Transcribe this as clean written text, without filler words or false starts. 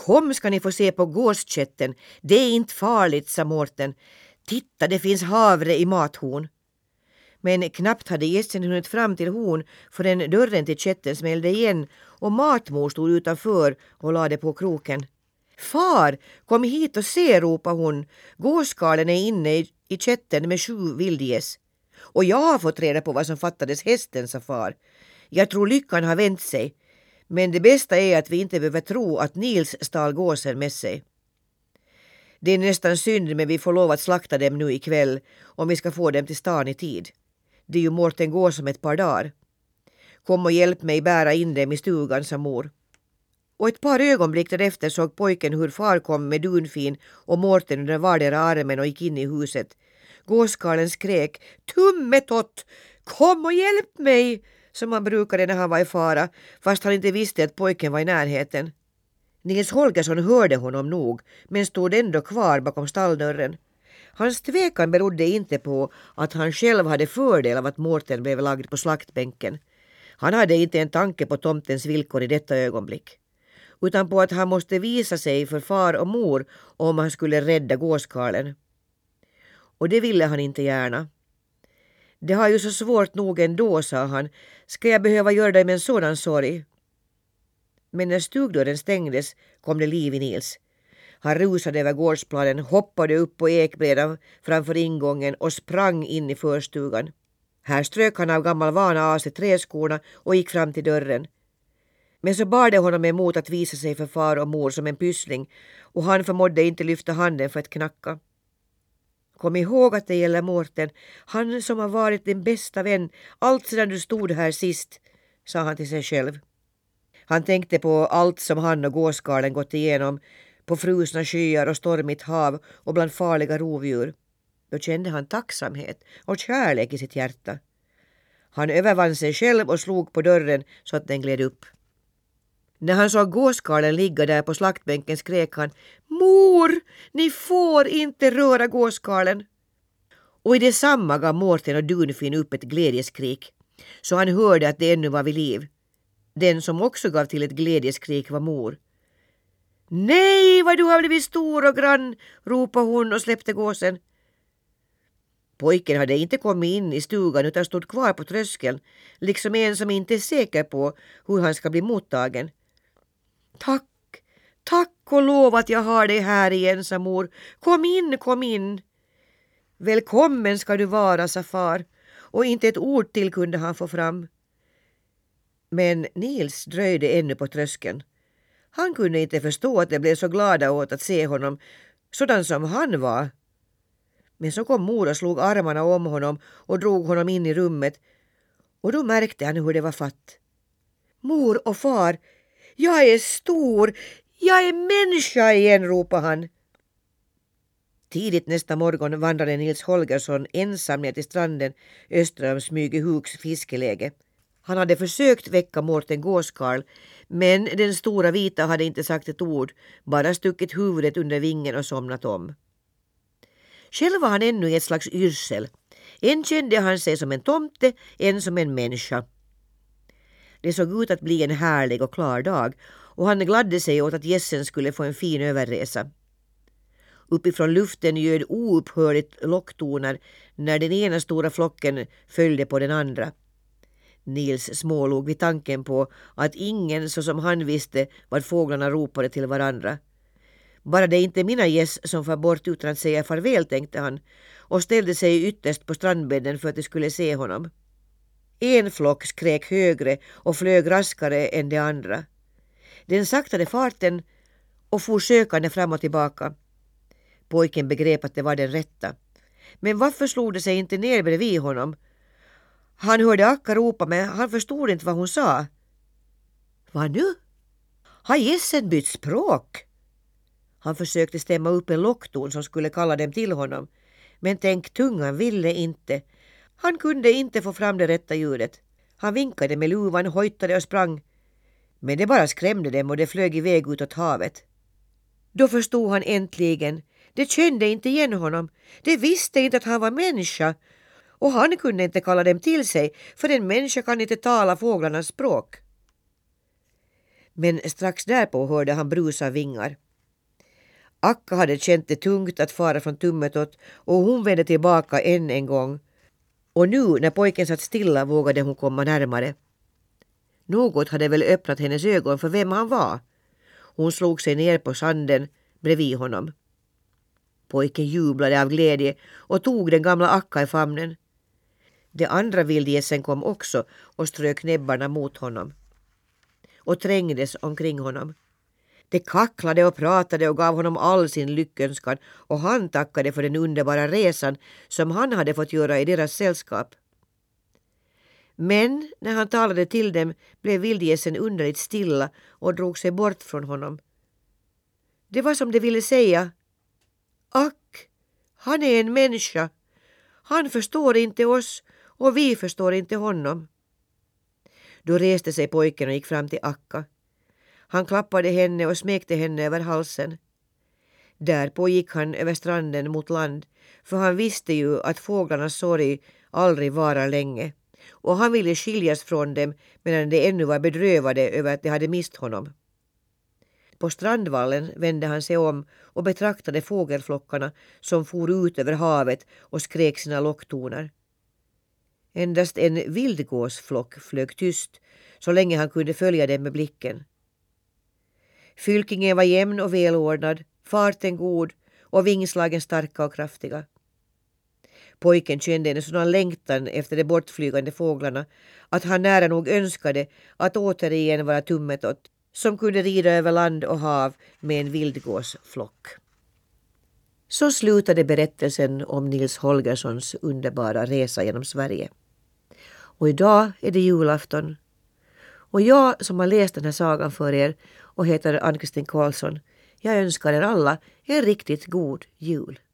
Kom ska ni få se på gåskätten. Det är inte farligt, sa Mårten. Titta, det finns havre i mathorn. Men knappt hade gässen hunnit fram till hon förrän dörren till kätten smällde igen och matmor stod utanför och lade på kroken. Far, kom hit och se, ropade hon. Gåskalen är inne i kätten med 7 vildgäss. Och jag har fått reda på vad som fattades hästen, sa far. Jag tror lyckan har vänt sig. Men det bästa är att vi inte behöver tro att Nils stal gåsen med sig. Det är nästan synd, men vi får lov att slakta dem nu ikväll om vi ska få dem till stan i tid. Det är ju Mårten gås om ett par dagar. Kom och hjälp mig bära in dem i stugan, sa mor. Och ett par ögonblick därefter såg pojken hur far kom med Dunfin och Mårten under vardera armen och gick in i huset. Gåskalen skrek: Tummetott, kom och hjälp mig, som han brukade när han var i fara, fast han inte visste att pojken var i närheten. Nils Holgersson hörde honom nog, men stod ändå kvar bakom stalldörren. Hans tvekan berodde inte på att han själv hade fördel av att Mårten blev lagd på slaktbänken. Han hade inte en tanke på tomtens villkor i detta ögonblick, utan på att han måste visa sig för far och mor om han skulle rädda gåskalen. Och det ville han inte gärna. Det har ju så svårt nog ändå, sa han. Ska jag behöva göra det med en sådan sorg? Men när stugdörren stängdes kom det liv i Nils. Han rusade över gårdsplanen, hoppade upp på ekbrädan framför ingången och sprang in i förstugan. Här strök han av gammal vana av sig träskorna och gick fram till dörren. Men så bar det honom emot att visa sig för far och mor som en pyssling, och han förmådde inte lyfta handen för att knacka. Kom ihåg att det gäller Mårten, han som har varit din bästa vän allt sedan du stod här sist, sa han till sig själv. Han tänkte på allt som han och gåskalen gått igenom, på frusna skyar och stormigt hav och bland farliga rovdjur. Då kände han tacksamhet och kärlek i sitt hjärta. Han övervann sig själv och slog på dörren så att den gled upp. När han såg gåskalen ligga där på slaktbänken skrek han: Mor, ni får inte röra gåskalen. Och i detsamma gav Mårten och Dunfin upp ett glädjeskrik, så han hörde att det ännu var vid liv. Den som också gav till ett glädjeskrik var mor. Nej, vad du har blivit stor och grann, ropade hon och släppte gåsen. Pojken hade inte kommit in i stugan utan stod kvar på tröskeln, liksom en som inte är säker på hur han ska bli mottagen. Tack och lov att jag har dig här igen, sa mor. Kom in, kom in. Välkommen ska du vara, sa far, och inte ett ord till kunde han få fram. Men Nils dröjde ännu på tröskeln. Han kunde inte förstå att de blev så glada åt att se honom, sådan som han var. Men så kom mor och slog armarna om honom och drog honom in i rummet, och då märkte han hur det var fatt. Mor och far, jag är stor, jag är människa igen, ropade han. Tidigt nästa morgon vandrade Nils Holgersson ensam ner till stranden öster om Smygehuks fiskeläge. Han hade försökt väcka Mårten gåskarl, men den stora vita hade inte sagt ett ord, bara stuckit huvudet under vingen och somnat om. Själv var han ännu i ett slags yrsel. En kände han sig som en tomte, en som en människa. Det såg ut att bli en härlig och klar dag, och han gladde sig åt att gässen skulle få en fin överresa. Uppifrån luften ljöd oupphörligt locktoner när den ena stora flocken följde på den andra. Nils smålog vid tanken på att ingen så som han visste vad fåglarna ropade till varandra. Bara det inte mina gäss som far bort utan att säga farväl, tänkte han, och ställde sig ytterst på strandbädden för att de skulle se honom. En flock skrek högre och flög raskare än de andra. Den saktade farten och for sökande fram och tillbaka. Pojken begrep att det var den rätta. Men varför slog det sig inte ner bredvid honom? Han hörde Akka ropa, men han förstod inte vad hon sa. Vad nu? Har gässen bytt språk? Han försökte stämma upp en lockton som skulle kalla dem till honom, men tänk, tungan ville inte. Han kunde inte få fram det rätta ljudet. Han vinkade med luvan, hojtade och sprang, men det bara skrämde dem och det flög iväg utåt havet. Då förstod han äntligen. Det kände inte igen honom. Det visste inte att han var människa, och han kunde inte kalla dem till sig, för en människa kan inte tala fåglarnas språk. Men strax därpå hörde han brus av vingar. Akka hade känt det tungt att fara från Tummetott och hon vände tillbaka än en gång. Och nu när pojken satt stilla vågade hon komma närmare. Något hade väl öppnat hennes ögon för vem han var. Hon slog sig ner på sanden bredvid honom. Pojken jublade av glädje och tog den gamla Akka i famnen. De andra vildgässen kom också och strök näbbarna mot honom och trängdes omkring honom. De kacklade och pratade och gav honom all sin lyckönskan och han tackade för den underbara resan som han hade fått göra i deras sällskap. Men när han talade till dem blev vildgässen underligt stilla och drog sig bort från honom. Det var som de ville säga: Ack, han är en människa. Han förstår inte oss och vi förstår inte honom. Då reste sig pojken och gick fram till Akka. Han klappade henne och smekte henne över halsen. Därpå gick han över stranden mot land, för han visste ju att fåglarnas sorg aldrig varar länge, och han ville skiljas från dem medan de ännu var bedrövade över att de hade mist honom. På strandvallen vände han sig om och betraktade fågelflockarna som for ut över havet och skrek sina locktoner. Endast en vildgåsflock flög tyst så länge han kunde följa dem med blicken. Fylkingen var jämn och välordnad, farten god och vingslagen starka och kraftiga. Pojken kände en sådan längtan efter de bortflygande fåglarna att han nära nog önskade att återigen vara Tummetott som kunde rida över land och hav med en vildgåsflock. Så slutade berättelsen om Nils Holgerssons underbara resa genom Sverige. Och idag är det julafton. Och jag som har läst den här sagan för er och heter Ann-Kristin Karlsson, jag önskar er alla en riktigt god jul.